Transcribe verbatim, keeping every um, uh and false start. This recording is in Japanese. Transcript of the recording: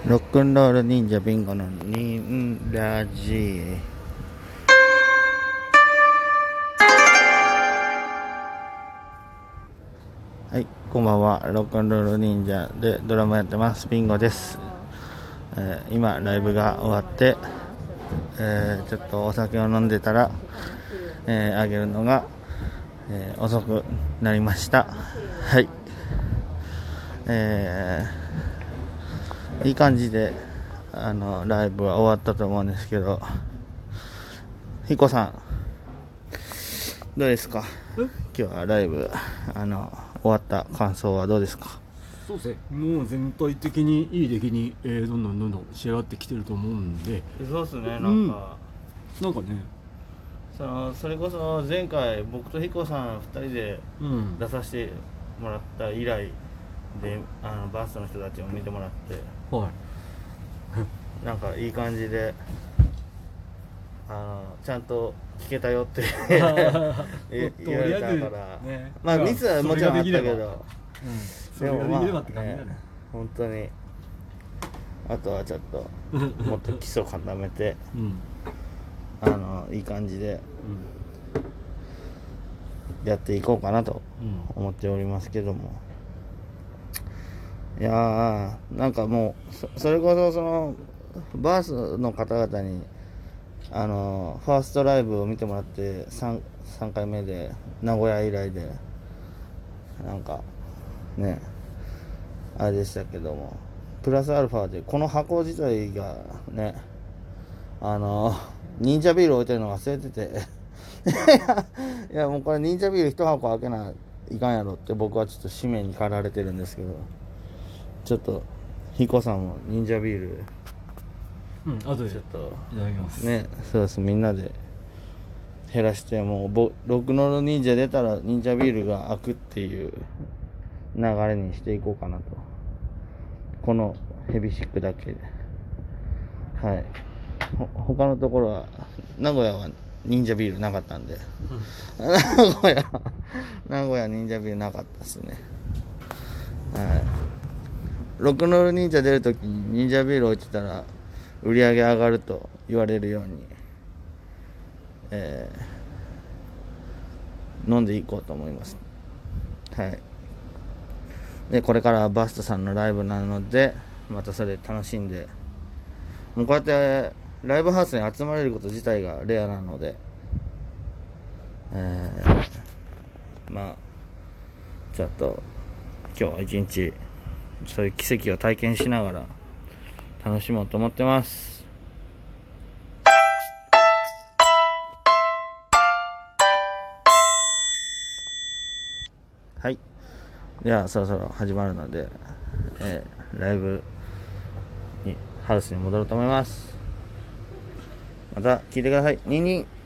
ロックンロール忍者ビンゴの忍ラジ。はい、こんばんは。ロックンロール忍者でドラマやってますビンゴです。えー、今ライブが終わって、えー、ちょっとお酒を飲んでたら、えー、あげるのが、えー、遅くなりました。はい、えー、いい感じであのライブは終わったと思うんですけど、ひこさんどうですか？今日はライブあの終わった感想はどうですか？ そうですね、もう全体的にいい出来に、えー、どんどんどんどん仕上がってきてると思うんで。 そうですね、なんか、 うん、なんかね、 そのそれこそ前回僕とひこさんふたりでうん出させてもらった以来で、あのバーストの人たちを見てもらって、 はいなんかいい感じであのちゃんと聞けたよって言言われたから、ね、まあミスはもちろんあったけど、うん、 それができればって感じだね。 本当にあとはちょっともっと基礎固めて、うん、あのいい感じでやっていこうかなと思っておりますけども、いやーなんかもう そ, それこそそのバースの方々にあのファーストライブを見てもらって 3, さんかいめで名古屋以来でなんかねあれでしたけども、プラスアルファでこの箱自体がね、あの忍者ビール置いてるの忘れてていやもうこれ忍者ビール一箱開けないかんやろって僕はちょっと使命に駆られてるんですけど、ちょっとひこさんも忍者ビール、 うん、あとでちょっといただきますね。 そうです、みんなで減らして、もうボロックノール忍者出たら忍者ビールが開くっていう流れにしていこうかなと、このヘビシックだけで。はい、他のところは名古屋は忍者ビールなかったんで、うん、名古屋名古屋忍者ビールなかったですね。はい、ロックノール忍者出るときに忍者ビール置いてたら売り上げ上がると言われるように、えー、飲んでいこうと思います。はい。でこれからはバストさんのライブなので、またそれ楽しんで、もうこうやってライブハウスに集まれること自体がレアなので、えー、まあちょっと今日は一日そういう奇跡を体験しながら楽しもうと思ってます。はい、ではそろそろ始まるので、えー、ライブにハウスに戻ろうと思います。また聞いてください。ニンニン。